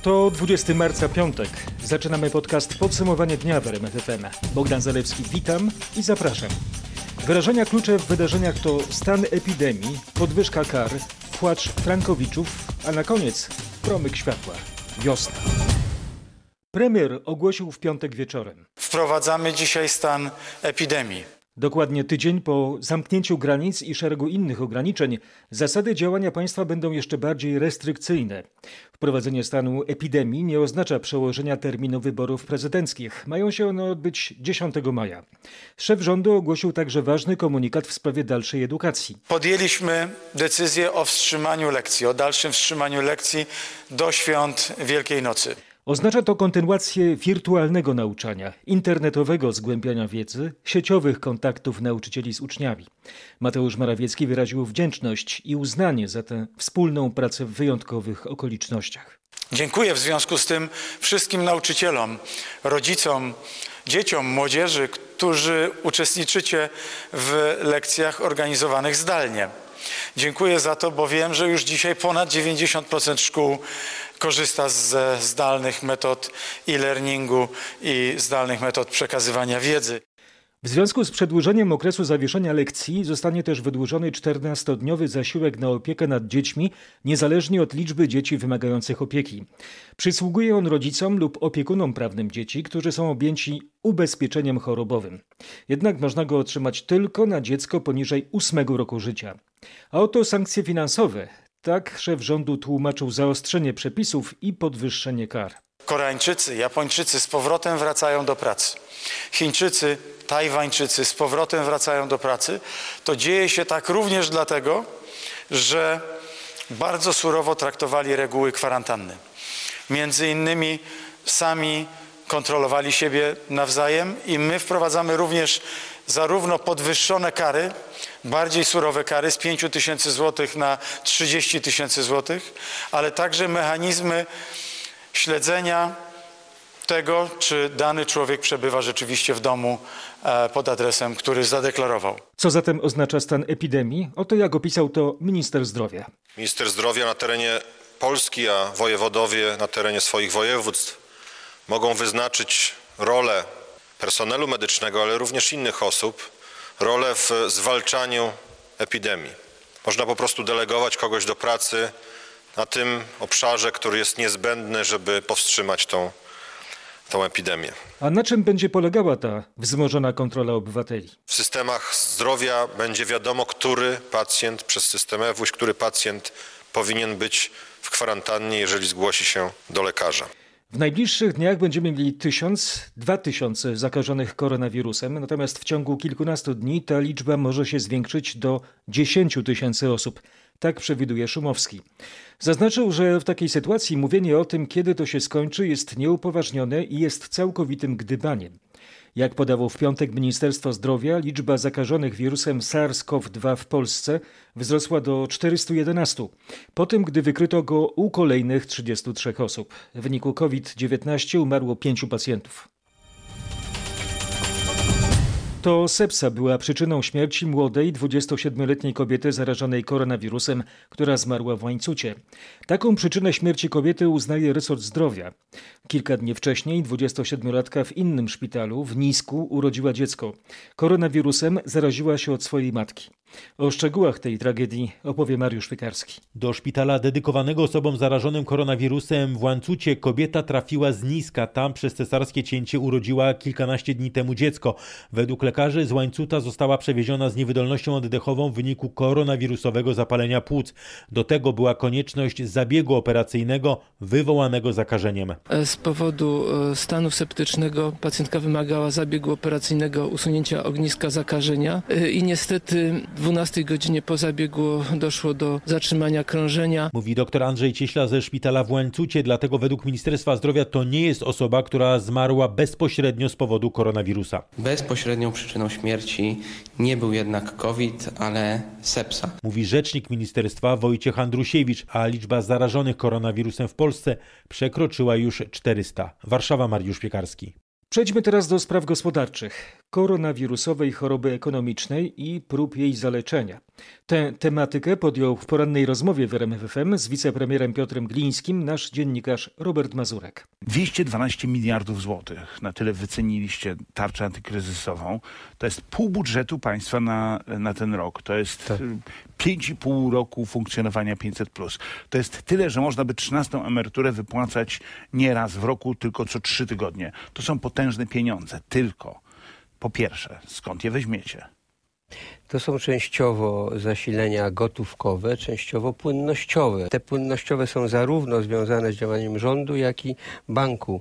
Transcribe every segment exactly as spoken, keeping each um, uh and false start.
To dwudziestego marca, piątek. Zaczynamy podcast Podsumowanie dnia w R M F F M. Bogdan Zalewski, witam i zapraszam. Wyrażenia klucze w wydarzeniach to stan epidemii, podwyżka kar, płacz frankowiczów, a na koniec promyk światła. Wiosna. Premier ogłosił w piątek wieczorem. Wprowadzamy dzisiaj stan epidemii. Dokładnie tydzień po zamknięciu granic i szeregu innych ograniczeń, zasady działania państwa będą jeszcze bardziej restrykcyjne. Wprowadzenie stanu epidemii nie oznacza przełożenia terminu wyborów prezydenckich. Mają się one odbyć dziesiątego maja. Szef rządu ogłosił także ważny komunikat w sprawie dalszej edukacji. Podjęliśmy decyzję o wstrzymaniu lekcji, o dalszym wstrzymaniu lekcji do świąt Wielkiej Nocy. Oznacza to kontynuację wirtualnego nauczania, internetowego zgłębiania wiedzy, sieciowych kontaktów nauczycieli z uczniami. Mateusz Morawiecki wyraził wdzięczność i uznanie za tę wspólną pracę w wyjątkowych okolicznościach. Dziękuję w związku z tym wszystkim nauczycielom, rodzicom, dzieciom, młodzieży, którzy uczestniczycie w lekcjach organizowanych zdalnie. Dziękuję za to, bo wiem, że już dzisiaj ponad dziewięćdziesiąt procent szkół korzysta ze zdalnych metod e-learningu i zdalnych metod przekazywania wiedzy. W związku z przedłużeniem okresu zawieszenia lekcji zostanie też wydłużony czternastodniowy zasiłek na opiekę nad dziećmi, niezależnie od liczby dzieci wymagających opieki. Przysługuje on rodzicom lub opiekunom prawnym dzieci, którzy są objęci ubezpieczeniem chorobowym. Jednak można go otrzymać tylko na dziecko poniżej ósmego roku życia. A oto sankcje finansowe. Tak szef rządu tłumaczył zaostrzenie przepisów i podwyższenie kar. Koreańczycy, Japończycy z powrotem wracają do pracy. Chińczycy, Tajwańczycy z powrotem wracają do pracy. To dzieje się tak również dlatego, że bardzo surowo traktowali reguły kwarantanny. Między innymi sami kontrolowali siebie nawzajem i my wprowadzamy również zarówno podwyższone kary, bardziej surowe kary z pięć tysięcy złotych na trzydzieści tysięcy złotych, ale także mechanizmy śledzenia tego, czy dany człowiek przebywa rzeczywiście w domu pod adresem, który zadeklarował. Co zatem oznacza stan epidemii? Oto jak opisał to minister zdrowia. Minister zdrowia na terenie Polski, a wojewodowie na terenie swoich województw mogą wyznaczyć rolę personelu medycznego, ale również innych osób, rolę w zwalczaniu epidemii. Można po prostu delegować kogoś do pracy na tym obszarze, który jest niezbędny, żeby powstrzymać tą, tą epidemię. A na czym będzie polegała ta wzmożona kontrola obywateli? W systemach zdrowia będzie wiadomo, który pacjent przez system E W U, który pacjent powinien być w kwarantannie, jeżeli zgłosi się do lekarza. W najbliższych dniach będziemy mieli tysiąc, dwa tysiące zakażonych koronawirusem, natomiast w ciągu kilkunastu dni ta liczba może się zwiększyć do dziesięciu tysięcy osób. Tak przewiduje Szumowski. Zaznaczył, że w takiej sytuacji mówienie o tym, kiedy to się skończy, jest nieupoważnione i jest całkowitym gdybaniem. Jak podało w piątek Ministerstwo Zdrowia, liczba zakażonych wirusem SARS-CoV dwa w Polsce wzrosła do czterystu jedenastu, po tym gdy wykryto go u kolejnych trzydziestu trzech osób. W wyniku COVID dziewiętnaście umarło pięciu pacjentów. To sepsa była przyczyną śmierci młodej, dwudziestosiedmioletniej kobiety zarażonej koronawirusem, która zmarła w Łańcucie. Taką przyczynę śmierci kobiety uznaje resort zdrowia. Kilka dni wcześniej dwudziestosiedmiolatka w innym szpitalu w Nisku urodziła dziecko. Koronawirusem zaraziła się od swojej matki. O szczegółach tej tragedii opowie Mariusz Piekarski. Do szpitala dedykowanego osobom zarażonym koronawirusem w Łańcucie kobieta trafiła z Niska. Tam przez cesarskie cięcie urodziła kilkanaście dni temu dziecko. Według lekarzy z Łańcuta została przewieziona z niewydolnością oddechową w wyniku koronawirusowego zapalenia płuc. Do tego była konieczność zabiegu operacyjnego wywołanego zakażeniem. Z powodu stanu septycznego pacjentka wymagała zabiegu operacyjnego usunięcia ogniska zakażenia i niestety w dwunastej godzinie po zabiegu doszło do zatrzymania krążenia. Mówi dr Andrzej Cieśla ze szpitala w Łańcucie, dlatego według Ministerstwa Zdrowia to nie jest osoba, która zmarła bezpośrednio z powodu koronawirusa. Bezpośrednią przyczyną śmierci nie był jednak COVID, ale sepsa. Mówi rzecznik ministerstwa Wojciech Andrusiewicz, a liczba zarażonych koronawirusem w Polsce przekroczyła już czterysta. Warszawa, Mariusz Piekarski. Przejdźmy teraz do spraw gospodarczych. koronawirusowej choroby ekonomicznej i prób jej zaleczenia. Tę tematykę podjął w porannej rozmowie w R M F F M z wicepremierem Piotrem Glińskim nasz dziennikarz Robert Mazurek. dwieście dwanaście miliardów złotych, na tyle wyceniliście tarczę antykryzysową. To jest pół budżetu państwa na, na ten rok. To jest tak. pięć i pół roku funkcjonowania pięćset plus. To jest tyle, że można by trzynastą emeryturę wypłacać nie raz w roku, tylko co trzy tygodnie. To są potężne pieniądze. Tylko, po pierwsze, skąd je weźmiecie? To są częściowo zasilenia gotówkowe, częściowo płynnościowe. Te płynnościowe są zarówno związane z działaniem rządu, jak i Banku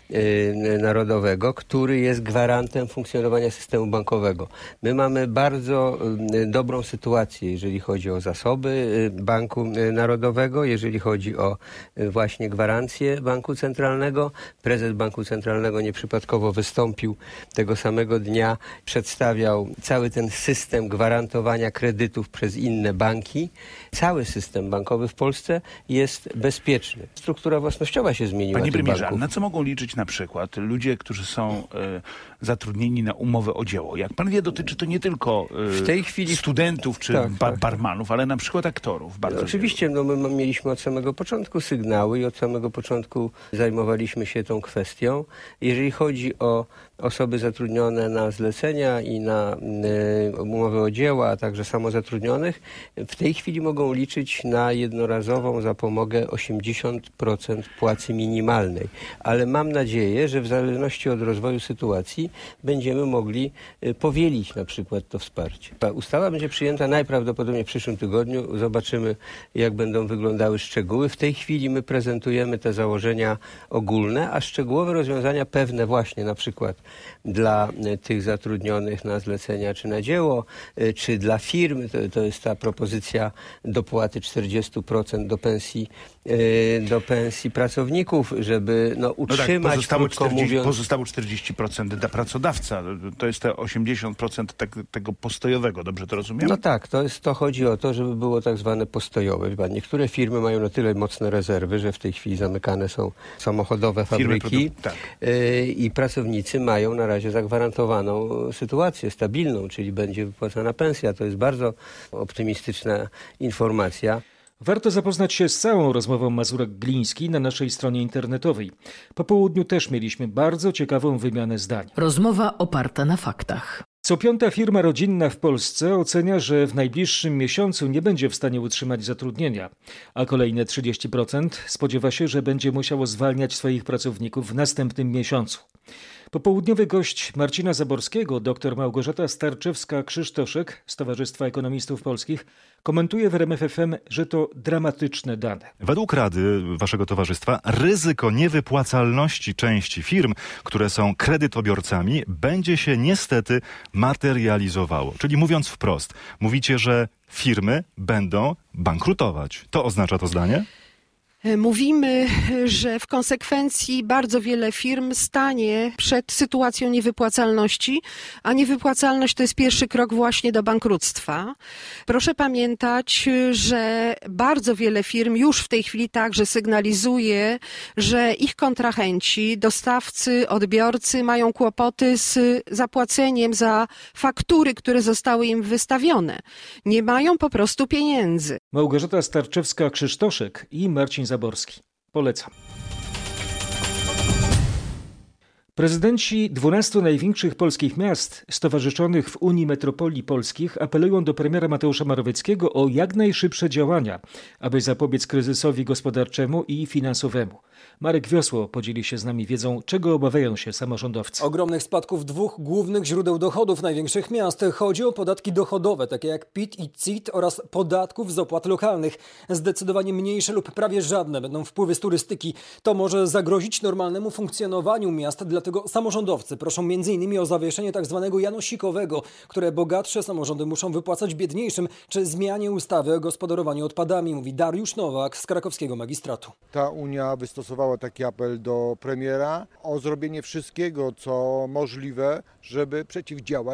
yy, Narodowego, który jest gwarantem funkcjonowania systemu bankowego. My mamy bardzo yy, dobrą sytuację, jeżeli chodzi o zasoby yy, Banku Narodowego, jeżeli chodzi o yy, właśnie gwarancję Banku Centralnego. Prezes Banku Centralnego nieprzypadkowo wystąpił tego samego dnia, przedstawiał cały ten system gwarantowania kredytów przez inne banki. Cały system bankowy w Polsce jest bezpieczny. Struktura własnościowa się zmieniła. Panie premierze, banków. na co mogą liczyć na przykład ludzie, którzy są e, zatrudnieni na umowę o dzieło? Jak pan wie, dotyczy to nie tylko e, w tej chwili studentów czy tak, bar, barmanów, ale na przykład aktorów. Bardzo no, oczywiście, no, my mieliśmy od samego początku sygnały i od samego początku zajmowaliśmy się tą kwestią. Jeżeli chodzi o osoby zatrudnione na zlecenia i na y, umowy o dzieła, a także samozatrudnionych, w tej chwili mogą liczyć na jednorazową zapomogę osiemdziesiąt procent płacy minimalnej. Ale mam nadzieję, że w zależności od rozwoju sytuacji będziemy mogli y, powielić na przykład to wsparcie. Ta ustawa będzie przyjęta najprawdopodobniej w przyszłym tygodniu. Zobaczymy, jak będą wyglądały szczegóły. W tej chwili my prezentujemy te założenia ogólne, a szczegółowe rozwiązania pewne właśnie na przykład dla tych zatrudnionych na zlecenia czy na dzieło, czy dla firm, to, to jest ta propozycja dopłaty czterdzieści procent do pensji, do pensji pracowników, żeby no, utrzymać, no tak, pozostałe krótko czterdzieści, mówiąc... Pozostało czterdzieści procent dla pracodawca. To jest te osiemdziesiąt procent tak, tego postojowego, dobrze to rozumiem? No tak, to, jest, to chodzi o to, żeby było tak zwane postojowe. Niektóre firmy mają na tyle mocne rezerwy, że w tej chwili zamykane są samochodowe fabryki tak. i pracownicy mają na razie zagwarantowaną sytuację stabilną, czyli będzie wypłacana pensja. To jest bardzo optymistyczna informacja. Warto zapoznać się z całą rozmową Mazurek-Gliński na naszej stronie internetowej. Po południu też mieliśmy bardzo ciekawą wymianę zdań. Rozmowa oparta na faktach. Co piąta firma rodzinna w Polsce ocenia, że w najbliższym miesiącu nie będzie w stanie utrzymać zatrudnienia, a kolejne trzydzieści procent spodziewa się, że będzie musiało zwalniać swoich pracowników w następnym miesiącu. Popołudniowy gość Marcina Zaborskiego, dr Małgorzata Starczewska-Krzysztoszek z Towarzystwa Ekonomistów Polskich, komentuje w R M F F M, że to dramatyczne dane. Według Rady waszego towarzystwa ryzyko niewypłacalności części firm, które są kredytobiorcami, będzie się niestety materializowało. Czyli mówiąc wprost, mówicie, że firmy będą bankrutować. To oznacza to zdanie? Mówimy, że w konsekwencji bardzo wiele firm stanie przed sytuacją niewypłacalności, a niewypłacalność to jest pierwszy krok właśnie do bankructwa. Proszę pamiętać, że bardzo wiele firm już w tej chwili także sygnalizuje, że ich kontrahenci, dostawcy, odbiorcy mają kłopoty z zapłaceniem za faktury, które zostały im wystawione. Nie mają po prostu pieniędzy. Małgorzata Starczewska-Krzysztoszek i Marcin Zaborski. Polecam. Prezydenci dwunastu największych polskich miast stowarzyszonych w Unii Metropolii Polskich apelują do premiera Mateusza Morawieckiego o jak najszybsze działania, aby zapobiec kryzysowi gospodarczemu i finansowemu. Marek Wiosło podzieli się z nami wiedzą, czego obawiają się samorządowcy. Ogromnych spadków dwóch głównych źródeł dochodów największych miast. Chodzi o podatki dochodowe, takie jak P I T i C I T oraz podatków z opłat lokalnych. Zdecydowanie mniejsze lub prawie żadne będą wpływy z turystyki. To może zagrozić normalnemu funkcjonowaniu miast, dlatego samorządowcy proszą między innymi o zawieszenie tak zwanego janosikowego, które bogatsze samorządy muszą wypłacać biedniejszym, czy zmianie ustawy o gospodarowaniu odpadami, mówi Dariusz Nowak z krakowskiego magistratu. Ta Unia wystosowała taki apel do premiera o zrobienie wszystkiego, co możliwe, żeby przeciwdziałać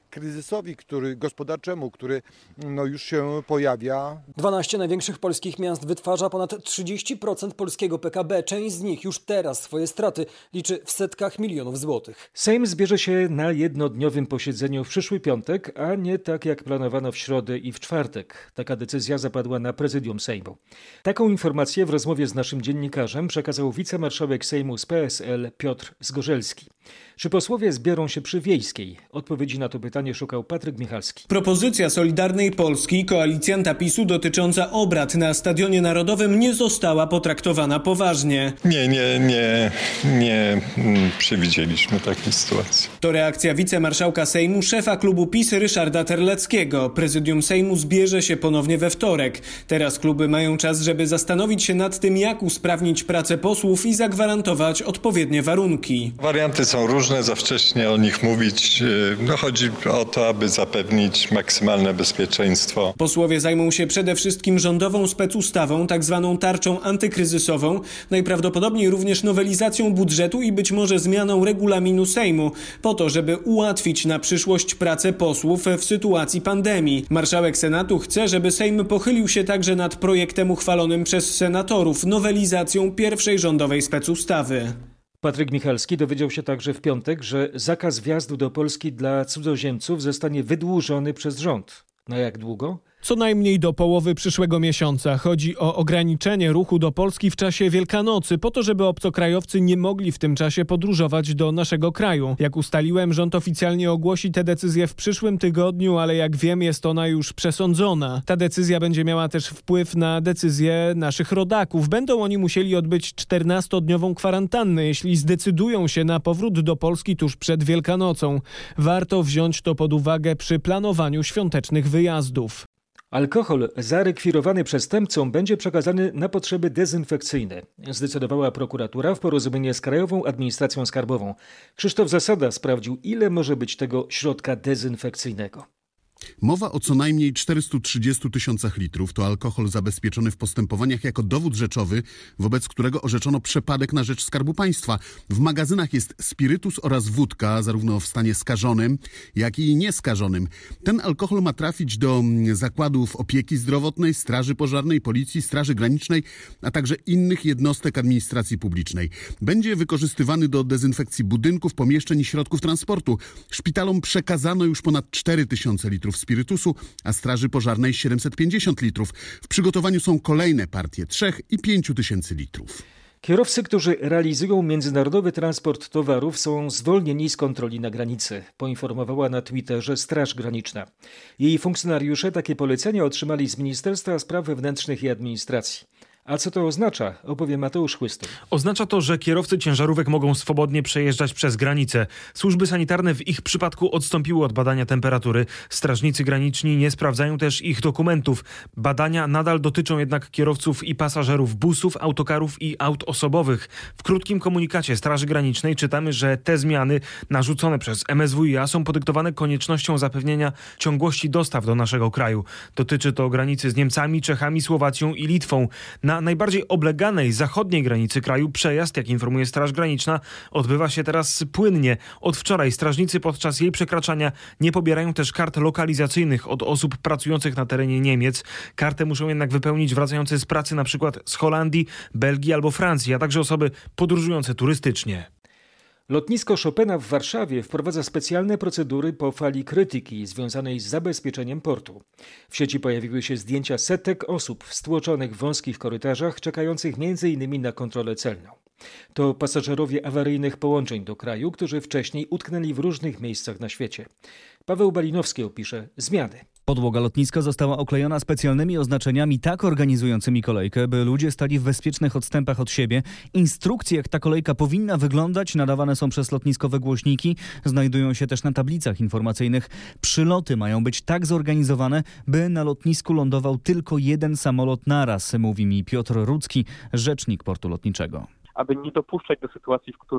kryzysowi, który gospodarczemu, który no, już się pojawia. dwanaście największych polskich miast wytwarza ponad trzydzieści procent polskiego P K B. Część z nich już teraz swoje straty liczy w setkach milionów złotych. Sejm zbierze się na jednodniowym posiedzeniu w przyszły piątek, a nie tak jak planowano w środę i w czwartek. Taka decyzja zapadła na prezydium Sejmu. Taką informację w rozmowie z naszym dziennikarzem przekazał wicemarszałek Sejmu z P S L Piotr Zgorzelski. Czy posłowie zbiorą się przy Wiejskiej? Odpowiedzi na to pytanie szukał Patryk Michalski. Propozycja Solidarnej Polski, koalicjanta PiSu dotycząca obrad na Stadionie Narodowym nie została potraktowana poważnie. Nie, nie, nie, nie przewidzieliśmy takiej sytuacji. To reakcja wicemarszałka Sejmu, szefa klubu PiS Ryszarda Terleckiego. Prezydium Sejmu zbierze się ponownie we wtorek. Teraz kluby mają czas, żeby zastanowić się nad tym, jak usprawnić pracę posłów i zagwarantować odpowiednie warunki. Warianty są różne, za wcześnie o nich mówić. No, chodzi o to, aby zapewnić maksymalne bezpieczeństwo. Posłowie zajmą się przede wszystkim rządową specustawą, tak zwaną tarczą antykryzysową, najprawdopodobniej również nowelizacją budżetu i być może zmianą regulaminu Sejmu, po to, żeby ułatwić na przyszłość pracę posłów w sytuacji pandemii. Marszałek Senatu chce, żeby Sejm pochylił się także nad projektem uchwalonym przez senatorów, nowelizacją pierwszej rządowej specustawy. Patryk Michalski dowiedział się także w piątek, że zakaz wjazdu do Polski dla cudzoziemców zostanie wydłużony przez rząd. Na jak długo? Co najmniej do połowy przyszłego miesiąca. Chodzi o ograniczenie ruchu do Polski w czasie Wielkanocy, po to, żeby obcokrajowcy nie mogli w tym czasie podróżować do naszego kraju. Jak ustaliłem, rząd oficjalnie ogłosi tę decyzję w przyszłym tygodniu, ale jak wiem, jest ona już przesądzona. Ta decyzja będzie miała też wpływ na decyzję naszych rodaków. Będą oni musieli odbyć czternastodniową kwarantannę, jeśli zdecydują się na powrót do Polski tuż przed Wielkanocą. Warto wziąć to pod uwagę przy planowaniu świątecznych wyjazdów. Alkohol zarekwirowany przestępcom będzie przekazany na potrzeby dezynfekcyjne, zdecydowała prokuratura w porozumieniu z Krajową Administracją Skarbową. Krzysztof Zasada sprawdził, ile może być tego środka dezynfekcyjnego. Mowa o co najmniej czterystu trzydziestu tysiącach litrów. To alkohol zabezpieczony w postępowaniach jako dowód rzeczowy, wobec którego orzeczono przepadek na rzecz Skarbu Państwa. W magazynach jest spirytus oraz wódka, zarówno w stanie skażonym, jak i nieskażonym. Ten alkohol ma trafić do zakładów opieki zdrowotnej, Straży Pożarnej, Policji, Straży Granicznej, a także innych jednostek administracji publicznej. Będzie wykorzystywany do dezynfekcji budynków, pomieszczeń i środków transportu. Szpitalom przekazano już ponad cztery tysiące litrów spirytusu, a Straży Pożarnej siedemset pięćdziesiąt litrów. W przygotowaniu są kolejne partie trzech i pięciu tysięcy litrów. Kierowcy, którzy realizują międzynarodowy transport towarów, są zwolnieni z kontroli na granicy, poinformowała na Twitterze Straż Graniczna. Jej funkcjonariusze takie polecenia otrzymali z Ministerstwa Spraw Wewnętrznych i Administracji. A co to oznacza? Opowie Mateusz Chłystuch. Oznacza to, że kierowcy ciężarówek mogą swobodnie przejeżdżać przez granicę. Służby sanitarne w ich przypadku odstąpiły od badania temperatury. Strażnicy graniczni nie sprawdzają też ich dokumentów. Badania nadal dotyczą jednak kierowców i pasażerów busów, autokarów i aut osobowych. W krótkim komunikacie Straży Granicznej czytamy, że te zmiany narzucone przez M S W i A są podyktowane koniecznością zapewnienia ciągłości dostaw do naszego kraju. Dotyczy to granicy z Niemcami, Czechami, Słowacją i Litwą. Na najbardziej obleganej zachodniej granicy kraju przejazd, jak informuje Straż Graniczna, odbywa się teraz płynnie. Od wczoraj strażnicy podczas jej przekraczania nie pobierają też kart lokalizacyjnych od osób pracujących na terenie Niemiec. Kartę muszą jednak wypełnić wracający z pracy na przykład z Holandii, Belgii albo Francji, a także osoby podróżujące turystycznie. Lotnisko Chopina w Warszawie wprowadza specjalne procedury po fali krytyki związanej z zabezpieczeniem portu. W sieci pojawiły się zdjęcia setek osób w stłoczonych wąskich korytarzach, czekających między innymi na kontrolę celną. To pasażerowie awaryjnych połączeń do kraju, którzy wcześniej utknęli w różnych miejscach na świecie. Paweł Balinowski opisze zmiany. Podłoga lotniska została oklejona specjalnymi oznaczeniami tak organizującymi kolejkę, by ludzie stali w bezpiecznych odstępach od siebie. Instrukcje, jak ta kolejka powinna wyglądać, nadawane są przez lotniskowe głośniki. Znajdują się też na tablicach informacyjnych. Przyloty mają być tak zorganizowane, by na lotnisku lądował tylko jeden samolot naraz, mówi mi Piotr Rudzki, rzecznik portu lotniczego. Aby nie dopuszczać do sytuacji, w której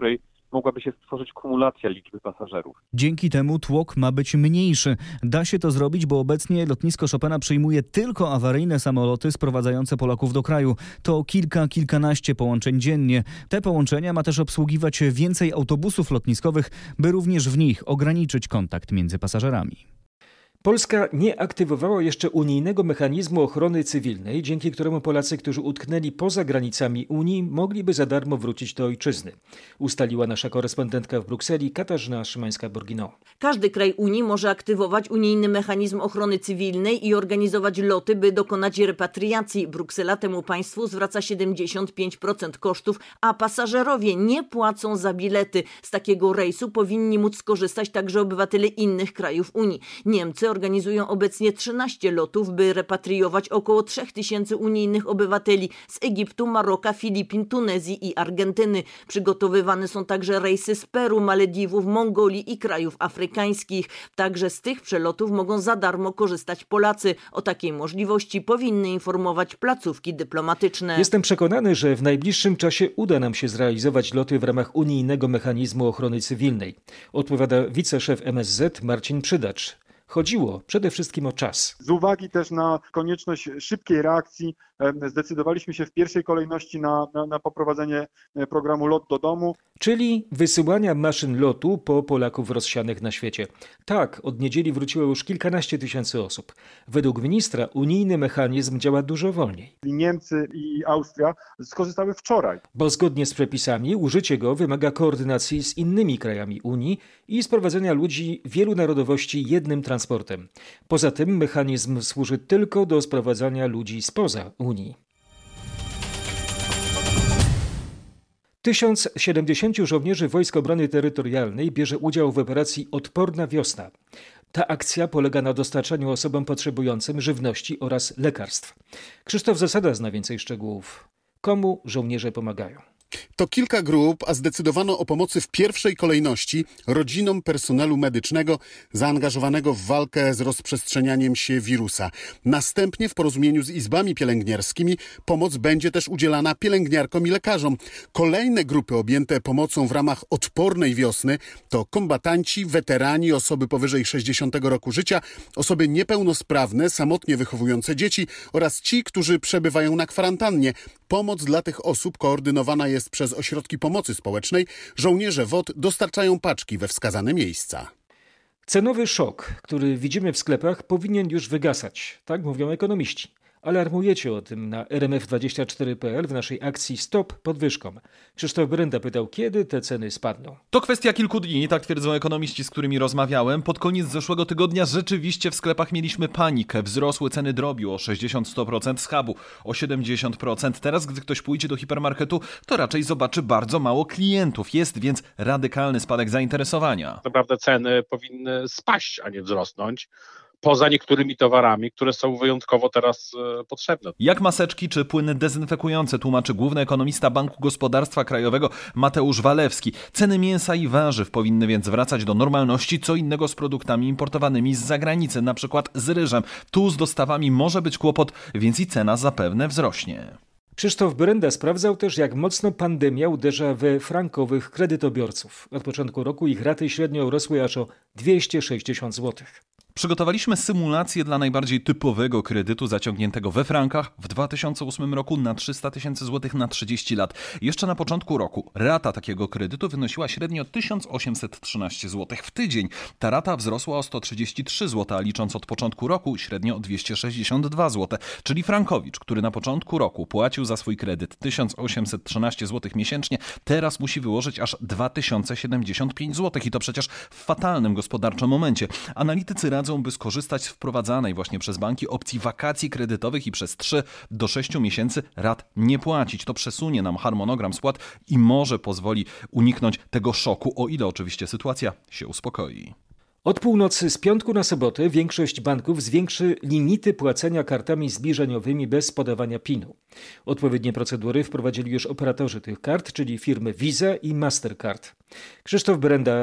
mogłaby się stworzyć kumulacja liczby pasażerów. Dzięki temu tłok ma być mniejszy. Da się to zrobić, bo obecnie lotnisko Chopina przyjmuje tylko awaryjne samoloty sprowadzające Polaków do kraju. To kilka, kilkanaście połączeń dziennie. Te połączenia ma też obsługiwać więcej autobusów lotniskowych, by również w nich ograniczyć kontakt między pasażerami. Polska nie aktywowała jeszcze unijnego mechanizmu ochrony cywilnej, dzięki któremu Polacy, którzy utknęli poza granicami Unii, mogliby za darmo wrócić do ojczyzny. Ustaliła nasza korespondentka w Brukseli Katarzyna Szymańska-Borgino. Każdy kraj Unii może aktywować unijny mechanizm ochrony cywilnej i organizować loty, by dokonać repatriacji. Bruksela temu państwu zwraca siedemdziesiąt pięć procent kosztów, a pasażerowie nie płacą za bilety. Z takiego rejsu powinni móc skorzystać także obywatele innych krajów Unii. Niemcy organizują obecnie trzynaście lotów, by repatriować około trzy tysiące unijnych obywateli z Egiptu, Maroka, Filipin, Tunezji i Argentyny. Przygotowywane są także rejsy z Peru, Malediwów, Mongolii i krajów afrykańskich. Także z tych przelotów mogą za darmo korzystać Polacy. O takiej możliwości powinny informować placówki dyplomatyczne. Jestem przekonany, że w najbliższym czasie uda nam się zrealizować loty w ramach unijnego mechanizmu ochrony cywilnej. Odpowiada wiceszef M S Z Marcin Przydacz. Chodziło przede wszystkim o czas. Z uwagi też na konieczność szybkiej reakcji zdecydowaliśmy się w pierwszej kolejności na, na, na poprowadzenie programu Lot do domu. Czyli wysyłania maszyn lotu po Polaków rozsianych na świecie. Tak, od niedzieli wróciło już kilkanaście tysięcy osób. Według ministra unijny mechanizm działa dużo wolniej. Niemcy i Austria skorzystały wczoraj. Bo zgodnie z przepisami użycie go wymaga koordynacji z innymi krajami Unii i sprowadzenia ludzi wielu narodowości jednym transportem. Poza tym mechanizm służy tylko do sprowadzania ludzi spoza Unii. tysiąc siedemdziesięciu żołnierzy Wojsk Obrony Terytorialnej bierze udział w operacji Odporna Wiosna. Ta akcja polega na dostarczaniu osobom potrzebującym żywności oraz lekarstw. Krzysztof Zasada zna więcej szczegółów. Komu żołnierze pomagają? To kilka grup, a zdecydowano o pomocy w pierwszej kolejności rodzinom personelu medycznego zaangażowanego w walkę z rozprzestrzenianiem się wirusa. Następnie w porozumieniu z izbami pielęgniarskimi pomoc będzie też udzielana pielęgniarkom i lekarzom. Kolejne grupy objęte pomocą w ramach Odpornej Wiosny to kombatanci, weterani, osoby powyżej sześćdziesiątego roku życia, osoby niepełnosprawne, samotnie wychowujące dzieci oraz ci, którzy przebywają na kwarantannie. Pomoc dla tych osób koordynowana jest przez ośrodki pomocy społecznej. Żołnierze W O D dostarczają paczki we wskazane miejsca. Cenowy szok, który widzimy w sklepach, powinien już wygasać. Tak mówią ekonomiści. Alarmujecie o tym na R M F dwadzieścia cztery kropka p l w naszej akcji Stop podwyżkom. Krzysztof Brenda pytał, kiedy te ceny spadną. To kwestia kilku dni, tak twierdzą ekonomiści, z którymi rozmawiałem. Pod koniec zeszłego tygodnia rzeczywiście w sklepach mieliśmy panikę. Wzrosły ceny drobiu o sześćdziesiąt do stu procent, schabu o siedemdziesiąt procent. Teraz, gdy ktoś pójdzie do hipermarketu, to raczej zobaczy bardzo mało klientów. Jest więc radykalny spadek zainteresowania. Naprawdę ceny powinny spaść, a nie wzrosnąć. Poza niektórymi towarami, które są wyjątkowo teraz e, potrzebne. Jak maseczki czy płyny dezynfekujące, tłumaczy główny ekonomista Banku Gospodarstwa Krajowego Mateusz Walewski. Ceny mięsa i warzyw powinny więc wracać do normalności, co innego z produktami importowanymi z zagranicy, na przykład z ryżem. Tu z dostawami może być kłopot, więc i cena zapewne wzrośnie. Krzysztof Brenda sprawdzał też, jak mocno pandemia uderza we frankowych kredytobiorców. Od początku roku ich raty średnio urosły aż o dwieście sześćdziesiąt złotych. Przygotowaliśmy symulację dla najbardziej typowego kredytu zaciągniętego we frankach w dwa tysiące ósmym roku na trzysta tysięcy złotych na trzydzieści lat. Jeszcze na początku roku rata takiego kredytu wynosiła średnio tysiąc osiemset trzynaście złotych w tydzień. Ta rata wzrosła o sto trzydzieści trzy złote, a licząc od początku roku średnio o dwieście sześćdziesiąt dwa złote. Czyli frankowicz, który na początku roku płacił za swój kredyt tysiąc osiemset trzynaście złotych miesięcznie, teraz musi wyłożyć aż dwa tysiące siedemdziesiąt pięć złotych i to przecież w fatalnym gospodarczo momencie. Analitycy radzą, by skorzystać z wprowadzanej właśnie przez banki opcji wakacji kredytowych i przez trzy do sześciu miesięcy rat nie płacić. To przesunie nam harmonogram spłat i może pozwoli uniknąć tego szoku, o ile oczywiście sytuacja się uspokoi. Od północy z piątku na sobotę większość banków zwiększy limity płacenia kartami zbliżeniowymi bez podawania pinu. Odpowiednie procedury wprowadzili już operatorzy tych kart, czyli firmy Visa i Mastercard. Krzysztof Brenda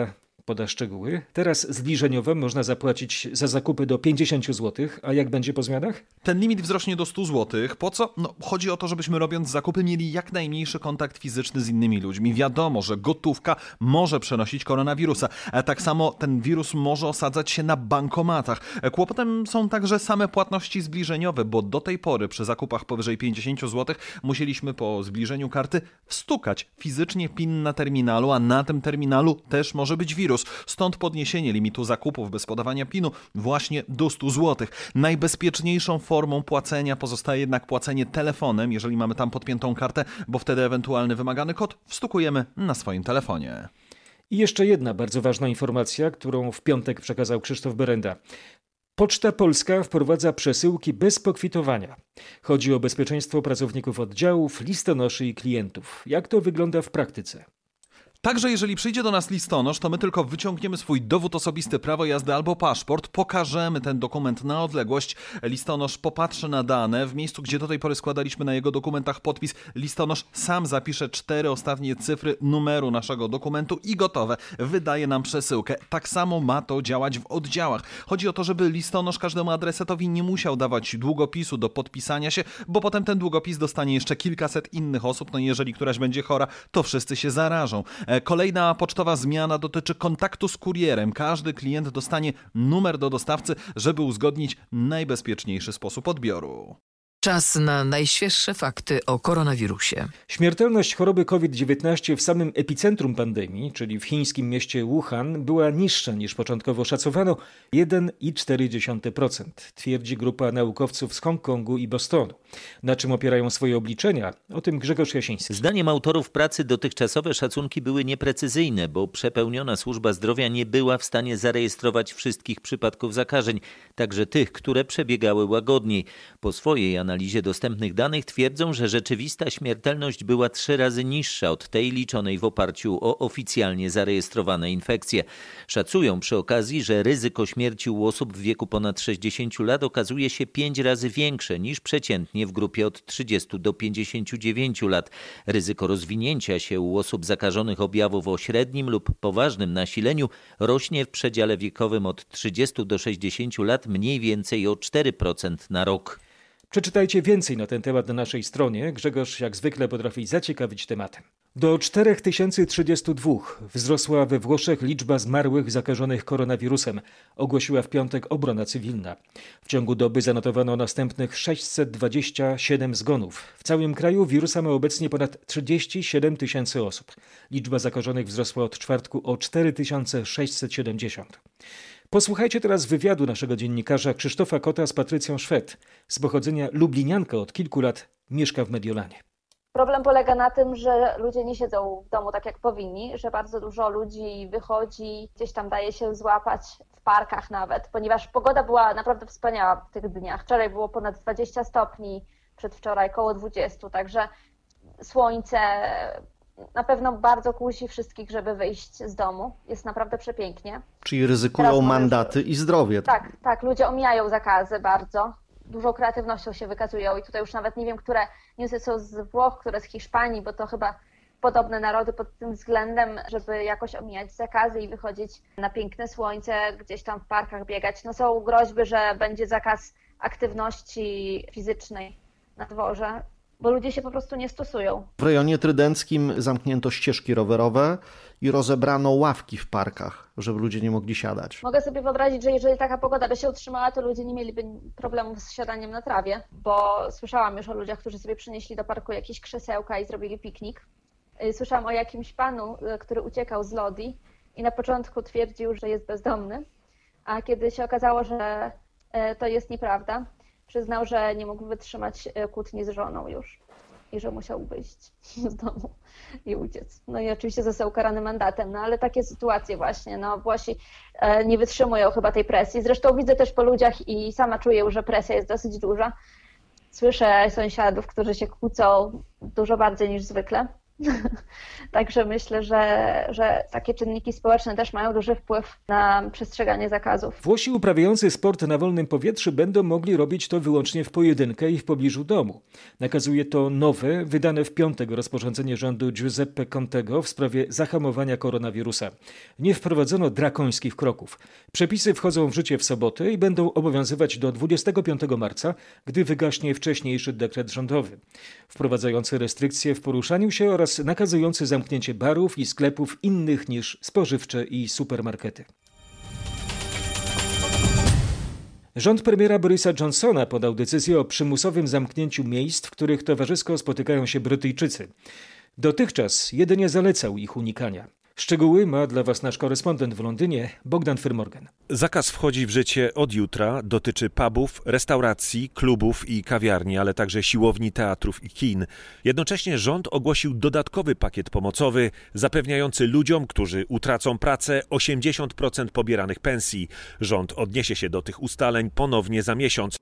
poda szczegóły. Teraz zbliżeniowo można zapłacić za zakupy do pięćdziesiąt złotych, a jak będzie po zmianach? Ten limit wzrośnie do stu złotych. Po co? No, chodzi o to, żebyśmy robiąc zakupy mieli jak najmniejszy kontakt fizyczny z innymi ludźmi. Wiadomo, że gotówka może przenosić koronawirusa. A tak samo ten wirus może osadzać się na bankomatach. Kłopotem są także same płatności zbliżeniowe, bo do tej pory przy zakupach powyżej pięćdziesiąt złotych musieliśmy po zbliżeniu karty wstukać fizycznie PIN na terminalu, a na tym terminalu też może być wirus. Stąd podniesienie limitu zakupów bez podawania PIN-u właśnie do stu złotych. Najbezpieczniejszą formą płacenia pozostaje jednak płacenie telefonem, jeżeli mamy tam podpiętą kartę, bo wtedy ewentualny wymagany kod wstukujemy na swoim telefonie. I jeszcze jedna bardzo ważna informacja, którą w piątek przekazał Krzysztof Berenda. Poczta Polska wprowadza przesyłki bez pokwitowania. Chodzi o bezpieczeństwo pracowników oddziałów, listonoszy i klientów. Jak to wygląda w praktyce? Także jeżeli przyjdzie do nas listonosz, to my tylko wyciągniemy swój dowód osobisty, prawo jazdy albo paszport, pokażemy ten dokument na odległość, listonosz popatrzy na dane, w miejscu, gdzie do tej pory składaliśmy na jego dokumentach podpis, listonosz sam zapisze cztery ostatnie cyfry numeru naszego dokumentu i gotowe, wydaje nam przesyłkę. Tak samo ma to działać w oddziałach. Chodzi o to, żeby listonosz każdemu adresatowi nie musiał dawać długopisu do podpisania się, bo potem ten długopis dostanie jeszcze kilkaset innych osób, no i jeżeli któraś będzie chora, to wszyscy się zarażą. Kolejna pocztowa zmiana dotyczy kontaktu z kurierem. Każdy klient dostanie numer do dostawcy, żeby uzgodnić najbezpieczniejszy sposób odbioru. Czas na najświeższe fakty o koronawirusie. Śmiertelność choroby COVID dziewiętnaście w samym epicentrum pandemii, czyli w chińskim mieście Wuhan, była niższa niż początkowo szacowano, jeden przecinek cztery procent, twierdzi grupa naukowców z Hongkongu i Bostonu. Na czym opierają swoje obliczenia? O tym Grzegorz Jasiński. Zdaniem autorów pracy dotychczasowe szacunki były nieprecyzyjne, bo przepełniona służba zdrowia nie była w stanie zarejestrować wszystkich przypadków zakażeń, także tych, które przebiegały łagodniej. Po swojej analizie analizie dostępnych danych twierdzą, że rzeczywista śmiertelność była trzy razy niższa od tej liczonej w oparciu o oficjalnie zarejestrowane infekcje. Szacują przy okazji, że ryzyko śmierci u osób w wieku ponad sześćdziesięciu lat okazuje się pięć razy większe niż przeciętnie w grupie od trzydziestu do pięćdziesięciu dziewięciu lat. Ryzyko rozwinięcia się u osób zakażonych objawów o średnim lub poważnym nasileniu rośnie w przedziale wiekowym od trzydziestu do sześćdziesięciu lat mniej więcej o cztery procent na rok. Przeczytajcie więcej na ten temat na naszej stronie. Grzegorz jak zwykle potrafi zaciekawić tematem. Do cztery tysiące trzydziestu dwóch wzrosła we Włoszech liczba zmarłych zakażonych koronawirusem, ogłosiła w piątek obrona cywilna. W ciągu doby zanotowano następnych sześćset dwadzieścia siedem zgonów. W całym kraju wirusa ma obecnie ponad trzydzieści siedem tysięcy osób. Liczba zakażonych wzrosła od czwartku o cztery tysiące sześćset siedemdziesiąt. Posłuchajcie teraz wywiadu naszego dziennikarza Krzysztofa Kota z Patrycją Szwed. Z pochodzenia lublinianka od kilku lat mieszka w Mediolanie. Problem polega na tym, że ludzie nie siedzą w domu tak jak powinni, że bardzo dużo ludzi wychodzi, gdzieś tam daje się złapać w parkach nawet, ponieważ pogoda była naprawdę wspaniała w tych dniach. Wczoraj było ponad dwadzieścia stopni, przedwczoraj koło dwudziestu, także słońce na pewno bardzo kusi wszystkich, żeby wyjść z domu. Jest naprawdę przepięknie. Czyli ryzykują Teraz mandaty i zdrowie. Tak, tak, ludzie omijają zakazy bardzo. Dużą kreatywnością się wykazują i tutaj już nawet nie wiem, które newsy są z Włoch, które z Hiszpanii, bo to chyba podobne narody pod tym względem, żeby jakoś omijać zakazy i wychodzić na piękne słońce, gdzieś tam w parkach biegać. No są groźby, że będzie zakaz aktywności fizycznej na dworze, bo ludzie się po prostu nie stosują. W rejonie trydenckim zamknięto ścieżki rowerowe i rozebrano ławki w parkach, żeby ludzie nie mogli siadać. Mogę sobie wyobrazić, że jeżeli taka pogoda by się utrzymała, to ludzie nie mieliby problemów z siadaniem na trawie, bo słyszałam już o ludziach, którzy sobie przynieśli do parku jakieś krzesełka i zrobili piknik. Słyszałam o jakimś panu, który uciekał z Lodi i na początku twierdził, że jest bezdomny, a kiedy się okazało, że to jest nieprawda, przyznał, że nie mógł wytrzymać kłótni z żoną już i że musiał wyjść z domu i uciec. No i oczywiście został ukarany mandatem, no ale takie sytuacje właśnie, no Włosi nie wytrzymują chyba tej presji. Zresztą widzę też po ludziach i sama czuję, że presja jest dosyć duża. Słyszę sąsiadów, którzy się kłócą dużo bardziej niż zwykle. Także myślę, że, że takie czynniki społeczne też mają duży wpływ na przestrzeganie zakazów. Włosi uprawiający sport na wolnym powietrzu będą mogli robić to wyłącznie w pojedynkę i w pobliżu domu. Nakazuje to nowe, wydane w piątek rozporządzenie rządu Giuseppe Contego w sprawie zahamowania koronawirusa. Nie wprowadzono drakońskich kroków. Przepisy wchodzą w życie w sobotę i będą obowiązywać do dwudziestego piątego marca, gdy wygaśnie wcześniejszy dekret rządowy. Wprowadzający restrykcje w poruszaniu się oraz nakazujący zamknięcie barów i sklepów innych niż spożywcze i supermarkety. Rząd premiera Borisa Johnsona podał decyzję o przymusowym zamknięciu miejsc, w których towarzysko spotykają się Brytyjczycy. Dotychczas jedynie zalecał ich unikania. Szczegóły ma dla Was nasz korespondent w Londynie, Bogdan Fyrmorgan. Zakaz wchodzi w życie od jutra, dotyczy pubów, restauracji, klubów i kawiarni, ale także siłowni, teatrów i kin. Jednocześnie rząd ogłosił dodatkowy pakiet pomocowy, zapewniający ludziom, którzy utracą pracę, osiemdziesiąt procent pobieranych pensji. Rząd odniesie się do tych ustaleń ponownie za miesiąc.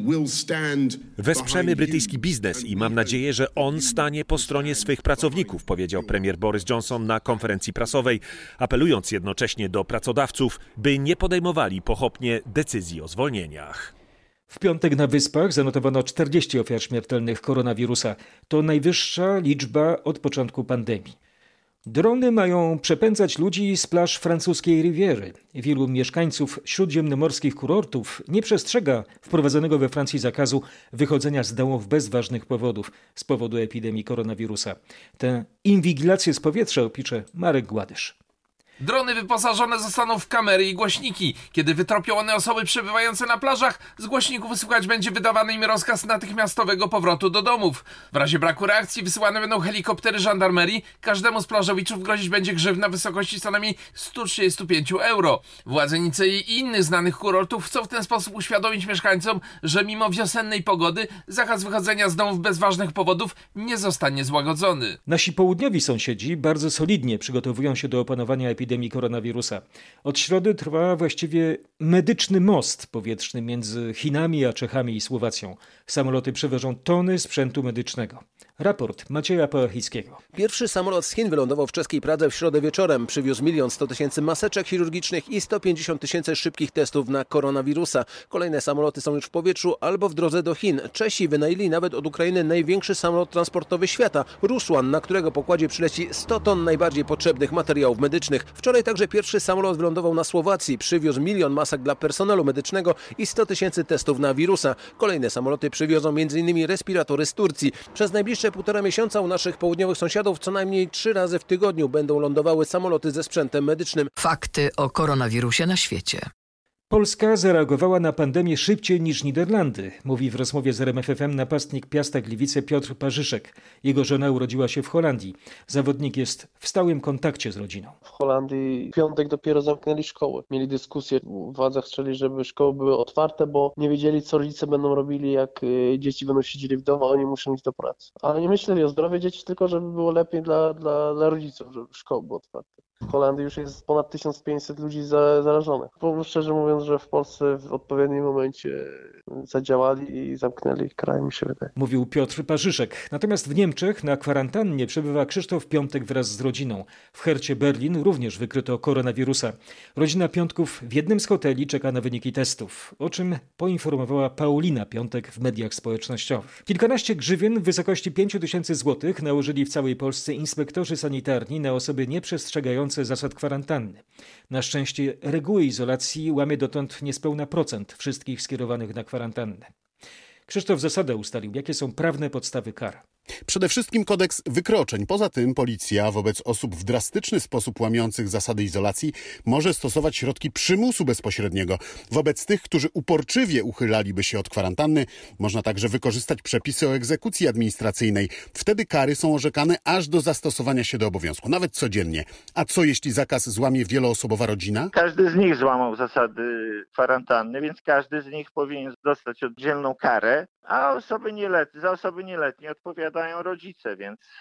Wesprzemy brytyjski biznes i mam nadzieję, że on stanie po stronie swych pracowników, powiedział premier Boris Johnson na konferencji prasowej, apelując jednocześnie do pracodawców, by nie podejmowali pochopnie decyzji o zwolnieniach. W piątek na Wyspach zanotowano czterdzieści ofiar śmiertelnych koronawirusa. To najwyższa liczba od początku pandemii. Drony mają przepędzać ludzi z plaż francuskiej Riviery. Wielu mieszkańców śródziemnomorskich kurortów nie przestrzega wprowadzonego we Francji zakazu wychodzenia z domów bez ważnych powodów z powodu epidemii koronawirusa. Tę inwigilację z powietrza opisze Marek Gładysz. Drony wyposażone zostaną w kamery i głośniki. Kiedy wytropią one osoby przebywające na plażach, z głośników słychać będzie wydawany im rozkaz natychmiastowego powrotu do domów. W razie braku reakcji wysyłane będą helikoptery żandarmerii. Każdemu z plażowiczów grozić będzie grzywna w wysokości co najmniej sto trzydzieści pięć euro. Władze Nicei i innych znanych kurortów chcą w ten sposób uświadomić mieszkańcom, że mimo wiosennej pogody zakaz wychodzenia z domów bez ważnych powodów nie zostanie złagodzony. Nasi południowi sąsiedzi bardzo solidnie przygotowują się do opanowania epidemii koronawirusa. Od środy trwa właściwie medyczny most powietrzny między Chinami a Czechami i Słowacją. Samoloty przewożą tony sprzętu medycznego. Raport Macieja Pałachickiego. Pierwszy samolot z Chin wylądował w czeskiej Pradze w środę wieczorem. Przywiózł milion sto tysięcy maseczek chirurgicznych i sto pięćdziesiąt tysięcy szybkich testów na koronawirusa. Kolejne samoloty są już w powietrzu albo w drodze do Chin. Czesi wynajęli nawet od Ukrainy największy samolot transportowy świata, Rusłan, na którego pokładzie przyleci sto ton najbardziej potrzebnych materiałów medycznych. Wczoraj także pierwszy samolot wylądował na Słowacji. Przywiózł milion masek dla personelu medycznego i sto tysięcy testów na wirusa. Kolejne samoloty przywiozą między innymi respiratory z Turcji. Przez najbliższe półtora miesiąca u naszych południowych sąsiadów co najmniej trzy razy w tygodniu będą lądowały samoloty ze sprzętem medycznym. Fakty o koronawirusie na świecie. Polska zareagowała na pandemię szybciej niż Niderlandy, mówi w rozmowie z R M F F M napastnik Piasta Gliwice Piotr Parzyszek. Jego żona urodziła się w Holandii. Zawodnik jest w stałym kontakcie z rodziną. W Holandii w piątek dopiero zamknęli szkoły. Mieli dyskusję, władze chcieli, żeby szkoły były otwarte, bo nie wiedzieli, co rodzice będą robili, jak dzieci będą siedzieli w domu, a oni muszą iść do pracy. Ale nie myśleli o zdrowiu dzieci, tylko żeby było lepiej dla, dla, dla rodziców, żeby szkoły były otwarte. W Holandii już jest ponad tysiąc pięćset ludzi zarażonych. Powiem szczerze mówiąc, że w Polsce w odpowiednim momencie zadziałali i zamknęli kraj, mi się wydaje. Mówił Piotr Parzyszek. Natomiast w Niemczech na kwarantannie przebywa Krzysztof Piątek wraz z rodziną. W Hercie Berlin również wykryto koronawirusa. Rodzina Piątków w jednym z hoteli czeka na wyniki testów, o czym poinformowała Paulina Piątek w mediach społecznościowych. Kilkanaście grzywien w wysokości pięć tysięcy złotych nałożyli w całej Polsce inspektorzy sanitarni na osoby nieprzestrzegające zasad kwarantanny. Na szczęście reguły izolacji łamie dotąd niespełna procent wszystkich skierowanych na kwarantannę. Krzysztof Zasada ustalił, jakie są prawne podstawy kar. Przede wszystkim kodeks wykroczeń. Poza tym policja wobec osób w drastyczny sposób łamiących zasady izolacji może stosować środki przymusu bezpośredniego. Wobec tych, którzy uporczywie uchylaliby się od kwarantanny, można także wykorzystać przepisy o egzekucji administracyjnej. Wtedy kary są orzekane aż do zastosowania się do obowiązku, nawet codziennie. A co jeśli zakaz złamie wieloosobowa rodzina? Każdy z nich złamał zasady kwarantanny, więc każdy z nich powinien dostać oddzielną karę, a osoby nieletnie, za osoby nieletnie odpowiadają rodzice, więc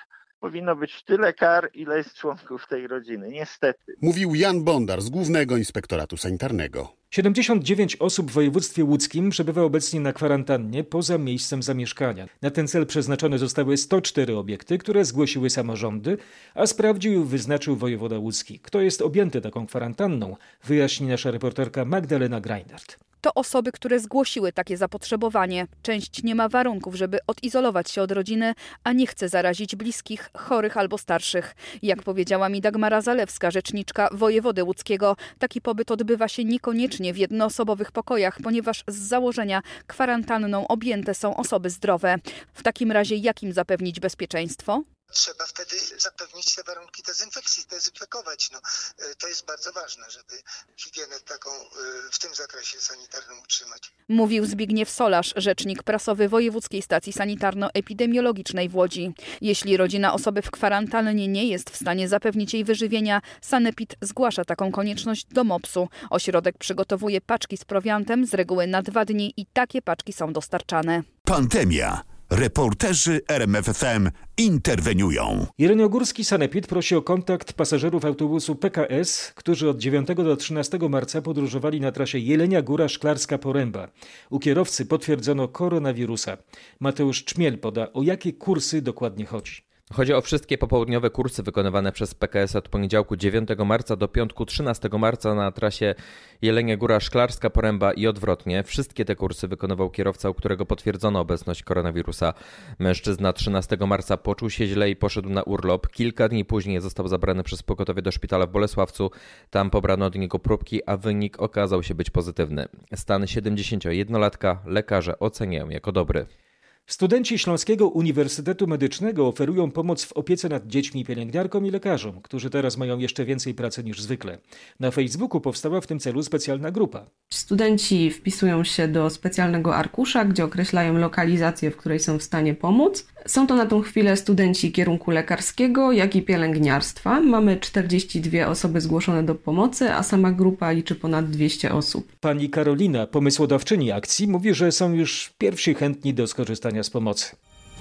Powinno być tyle kar, ile jest członków tej rodziny, niestety. Mówił Jan Bondar z Głównego Inspektoratu Sanitarnego. siedemdziesiąt dziewięć osób w województwie łódzkim przebywa obecnie na kwarantannie poza miejscem zamieszkania. Na ten cel przeznaczone zostały sto cztery obiekty, które zgłosiły samorządy, a sprawdził i wyznaczył wojewoda łódzki. Kto jest objęty taką kwarantanną, wyjaśni nasza reporterka Magdalena Greinert. To osoby, które zgłosiły takie zapotrzebowanie. Część nie ma warunków, żeby odizolować się od rodziny, a nie chce zarazić bliskich, chorych albo starszych. Jak powiedziała mi Dagmara Zalewska, rzeczniczka wojewody łódzkiego, taki pobyt odbywa się niekoniecznie w jednoosobowych pokojach, ponieważ z założenia kwarantanną objęte są osoby zdrowe. W takim razie jak im zapewnić bezpieczeństwo? Trzeba wtedy zapewnić te warunki dezynfekcji, dezynfekować. No, to jest bardzo ważne, żeby higienę taką w tym zakresie sanitarnym utrzymać. Mówił Zbigniew Solarz, rzecznik prasowy Wojewódzkiej Stacji Sanitarno-Epidemiologicznej w Łodzi. Jeśli rodzina osoby w kwarantannie nie jest w stanie zapewnić jej wyżywienia, Sanepid zgłasza taką konieczność do mopsu. Ośrodek przygotowuje paczki z prowiantem, z reguły na dwa dni i takie paczki są dostarczane. Pandemia. Reporterzy R M F F M interweniują. Jeleniogórski Sanepid prosi o kontakt pasażerów autobusu P K S, którzy od dziewiątego do trzynastego marca podróżowali na trasie Jelenia Góra Szklarska Poręba. U kierowcy potwierdzono koronawirusa. Mateusz Czmiel poda, o jakie kursy dokładnie chodzi. Chodzi o wszystkie popołudniowe kursy wykonywane przez P K S od poniedziałku dziewiątego marca do piątku trzynastego marca na trasie Jelenia Góra Szklarska Poręba i odwrotnie. Wszystkie te kursy wykonywał kierowca, u którego potwierdzono obecność koronawirusa. Mężczyzna trzynastego marca poczuł się źle i poszedł na urlop. Kilka dni później został zabrany przez pogotowie do szpitala w Bolesławcu. Tam pobrano od niego próbki, a wynik okazał się być pozytywny. Stan siedemdziesięciojednolatka lekarze oceniają jako dobry. Studenci Śląskiego Uniwersytetu Medycznego oferują pomoc w opiece nad dziećmi pielęgniarkom i lekarzom, którzy teraz mają jeszcze więcej pracy niż zwykle. Na Facebooku powstała w tym celu specjalna grupa. Studenci wpisują się do specjalnego arkusza, gdzie określają lokalizację, w której są w stanie pomóc. Są to na tą chwilę studenci kierunku lekarskiego, jak i pielęgniarstwa. Mamy czterdzieści dwie osoby zgłoszone do pomocy, a sama grupa liczy ponad dwieście osób. Pani Karolina, pomysłodawczyni akcji, mówi, że są już pierwsi chętni do skorzystania z pomocy.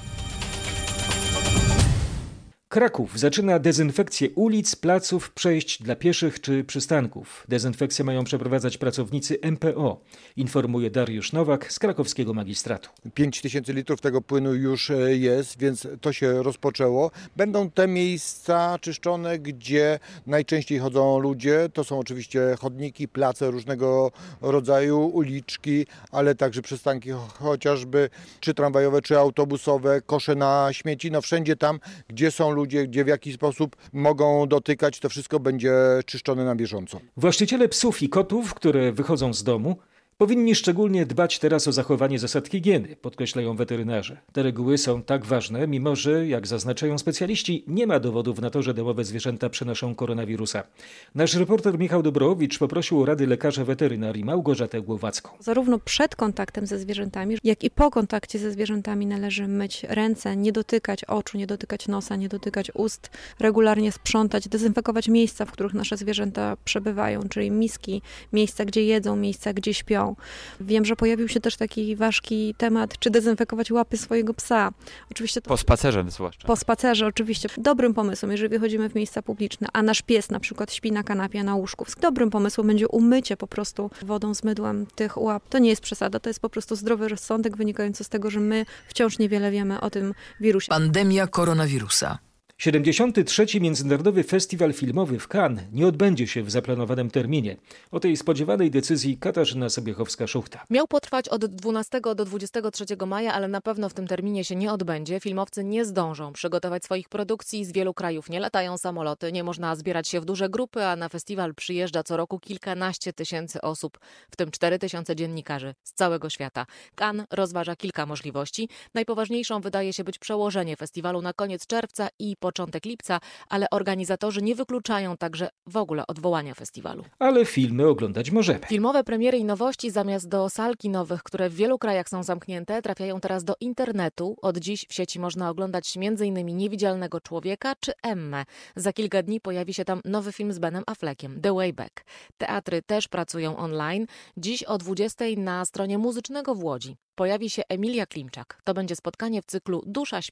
Kraków zaczyna dezynfekcję ulic, placów, przejść dla pieszych czy przystanków. Dezynfekcję mają przeprowadzać pracownicy M P O, informuje Dariusz Nowak z krakowskiego magistratu. pięć tysięcy litrów tego płynu już jest, więc to się rozpoczęło. Będą te miejsca czyszczone, gdzie najczęściej chodzą ludzie. To są oczywiście chodniki, place różnego rodzaju, uliczki, ale także przystanki chociażby czy tramwajowe, czy autobusowe, kosze na śmieci. No wszędzie tam, gdzie są ludzie, ludzie, gdzie w jaki sposób mogą dotykać, to wszystko będzie czyszczone na bieżąco. Właściciele psów i kotów, które wychodzą z domu, powinni szczególnie dbać teraz o zachowanie zasad higieny, podkreślają weterynarze. Te reguły są tak ważne, mimo że, jak zaznaczają specjaliści, nie ma dowodów na to, że domowe zwierzęta przenoszą koronawirusa. Nasz reporter Michał Dobrowicz poprosił o rady lekarza weterynarii Małgorzatę Głowacką. Zarówno przed kontaktem ze zwierzętami, jak i po kontakcie ze zwierzętami należy myć ręce, nie dotykać oczu, nie dotykać nosa, nie dotykać ust, regularnie sprzątać, dezynfekować miejsca, w których nasze zwierzęta przebywają, czyli miski, miejsca, gdzie jedzą, miejsca, gdzie śpią. Wiem, że pojawił się też taki ważki temat, czy dezynfekować łapy swojego psa. Oczywiście to po spacerze zwłaszcza. Po spacerze oczywiście. Dobrym pomysłem, jeżeli wychodzimy w miejsca publiczne, a nasz pies na przykład śpi na kanapie, na łóżku, dobrym pomysłem będzie umycie po prostu wodą z mydłem tych łap. To nie jest przesada, to jest po prostu zdrowy rozsądek wynikający z tego, że my wciąż niewiele wiemy o tym wirusie. Pandemia koronawirusa. siedemdziesiąty trzeci Międzynarodowy Festiwal Filmowy w Cannes nie odbędzie się w zaplanowanym terminie. O tej spodziewanej decyzji Katarzyna Sobiechowska-Szuchta. Miał potrwać od dwunastego do dwudziestego trzeciego maja, ale na pewno w tym terminie się nie odbędzie. Filmowcy nie zdążą przygotować swoich produkcji. Z wielu krajów nie latają samoloty, nie można zbierać się w duże grupy, a na festiwal przyjeżdża co roku kilkanaście tysięcy osób, w tym cztery tysiące dziennikarzy z całego świata. Cannes rozważa kilka możliwości. Najpoważniejszą wydaje się być przełożenie festiwalu na koniec czerwca i początek lipca, ale organizatorzy nie wykluczają także w ogóle odwołania festiwalu. Ale filmy oglądać możemy. Filmowe premiery i nowości zamiast do sal kinowych, które w wielu krajach są zamknięte, trafiają teraz do internetu. Od dziś w sieci można oglądać między innymi Niewidzialnego Człowieka czy Emmę. Za kilka dni pojawi się tam nowy film z Benem Affleckiem, The Way Back. Teatry też pracują online. Dziś o dwudziestej na stronie Muzycznego w Łodzi pojawi się Emilia Klimczak. To będzie spotkanie w cyklu Dusza śpiewa.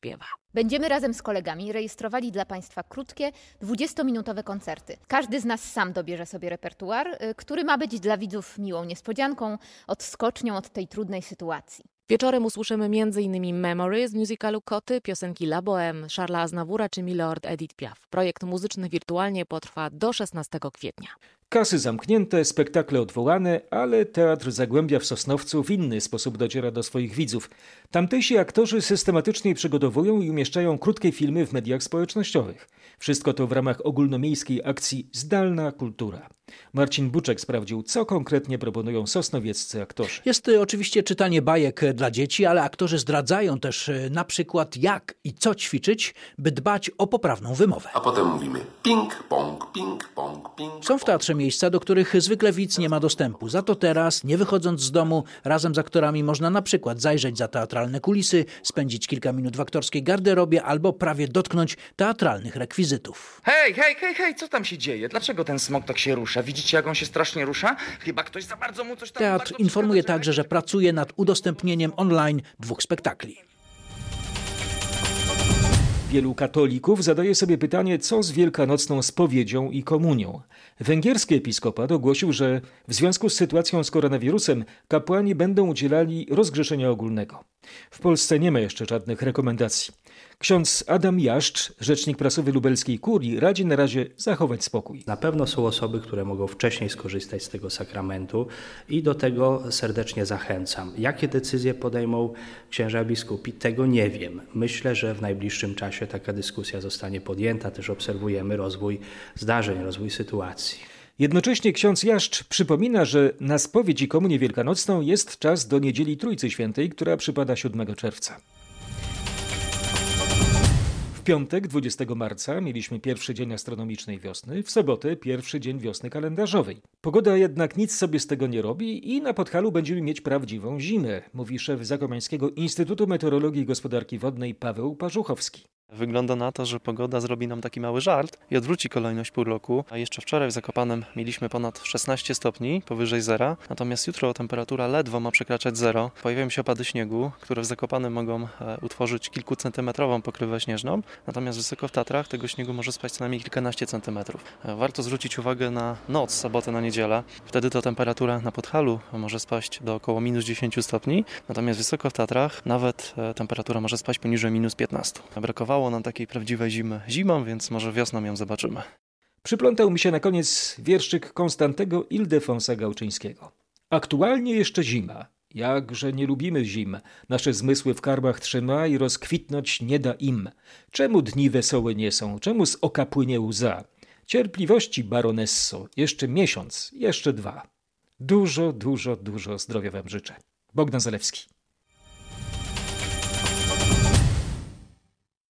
Będziemy razem z kolegami rejestrowali dla Państwa krótkie, dwudziestominutowe koncerty. Każdy z nas sam dobierze sobie repertuar, który ma być dla widzów miłą niespodzianką, odskocznią od tej trudnej sytuacji. Wieczorem usłyszymy m.in. Memory z musicalu Koty, piosenki La Bohème, Charlesa Aznavoura czy Milord Edith Piaf. Projekt muzyczny wirtualnie potrwa do szesnastego kwietnia. Kasy zamknięte, spektakle odwołane, ale Teatr Zagłębia w Sosnowcu w inny sposób dociera do swoich widzów. Tamtejsi aktorzy systematycznie przygotowują i umieszczają krótkie filmy w mediach społecznościowych. Wszystko to w ramach ogólnomiejskiej akcji Zdalna Kultura. Marcin Buczek sprawdził, co konkretnie proponują sosnowieccy aktorzy. Jest to oczywiście czytanie bajek dla dzieci, ale aktorzy zdradzają też na przykład jak i co ćwiczyć, by dbać o poprawną wymowę. A potem mówimy ping, pong, ping, pong, ping. Są w teatrze miejsca, do których zwykle widz nie ma dostępu. Za to teraz, nie wychodząc z domu, razem z aktorami można na przykład zajrzeć za teatralne kulisy, spędzić kilka minut w aktorskiej garderobie albo prawie dotknąć teatralnych rekwizytów. Hej, hej, hej, hej, co tam się dzieje? Dlaczego ten smok tak się rusza? Widzicie, jak on się strasznie rusza? Chyba ktoś za bardzo mu coś tam... Teatr informuje także, że pracuje nad udostępnieniem online dwóch spektakli. Wielu katolików zadaje sobie pytanie, co z wielkanocną spowiedzią i komunią. Węgierski episkopat ogłosił, że w związku z sytuacją z koronawirusem kapłani będą udzielali rozgrzeszenia ogólnego. W Polsce nie ma jeszcze żadnych rekomendacji. Ksiądz Adam Jaszcz, rzecznik prasowy lubelskiej kurii, radzi na razie zachować spokój. Na pewno są osoby, które mogą wcześniej skorzystać z tego sakramentu i do tego serdecznie zachęcam. Jakie decyzje podejmą księża biskupi, tego nie wiem. Myślę, że w najbliższym czasie taka dyskusja zostanie podjęta. Też obserwujemy rozwój zdarzeń, rozwój sytuacji. Jednocześnie ksiądz Jaszcz przypomina, że na spowiedź i komunię wielkanocną jest czas do niedzieli Trójcy Świętej, która przypada siódmego czerwca. W piątek, dwudziestego marca, mieliśmy pierwszy dzień astronomicznej wiosny, w sobotę pierwszy dzień wiosny kalendarzowej. Pogoda jednak nic sobie z tego nie robi i na Podhalu będziemy mieć prawdziwą zimę, mówi szef Zakopiańskiego Instytutu Meteorologii i Gospodarki Wodnej Paweł Parzuchowski. Wygląda na to, że pogoda zrobi nam taki mały żart i odwróci kolejność pół roku. A jeszcze wczoraj w Zakopanem mieliśmy ponad szesnaście stopni powyżej zera, natomiast jutro temperatura ledwo ma przekraczać zero. Pojawiają się opady śniegu, które w Zakopanem mogą utworzyć kilkucentymetrową pokrywę śnieżną, natomiast wysoko w Tatrach tego śniegu może spaść co najmniej kilkanaście centymetrów. Warto zwrócić uwagę na noc, sobotę na niedzielę. Wtedy to temperatura na Podhalu może spaść do około minus dziesięć stopni, natomiast wysoko w Tatrach nawet temperatura może spaść poniżej minus piętnaście. Brakowało nam takiej prawdziwej zimy zimą, więc może wiosną ją zobaczymy. Przyplątał mi się na koniec wierszyk Konstantego Ildefonsa Gałczyńskiego. Aktualnie jeszcze zima. Jakże nie lubimy zim. Nasze zmysły w karmach trzyma i rozkwitnąć nie da im. Czemu dni wesołe nie są? Czemu z oka płynie łza? Cierpliwości, baronesso. Jeszcze miesiąc, jeszcze dwa. Dużo, dużo, dużo zdrowia wam życzę. Bogdan Zalewski.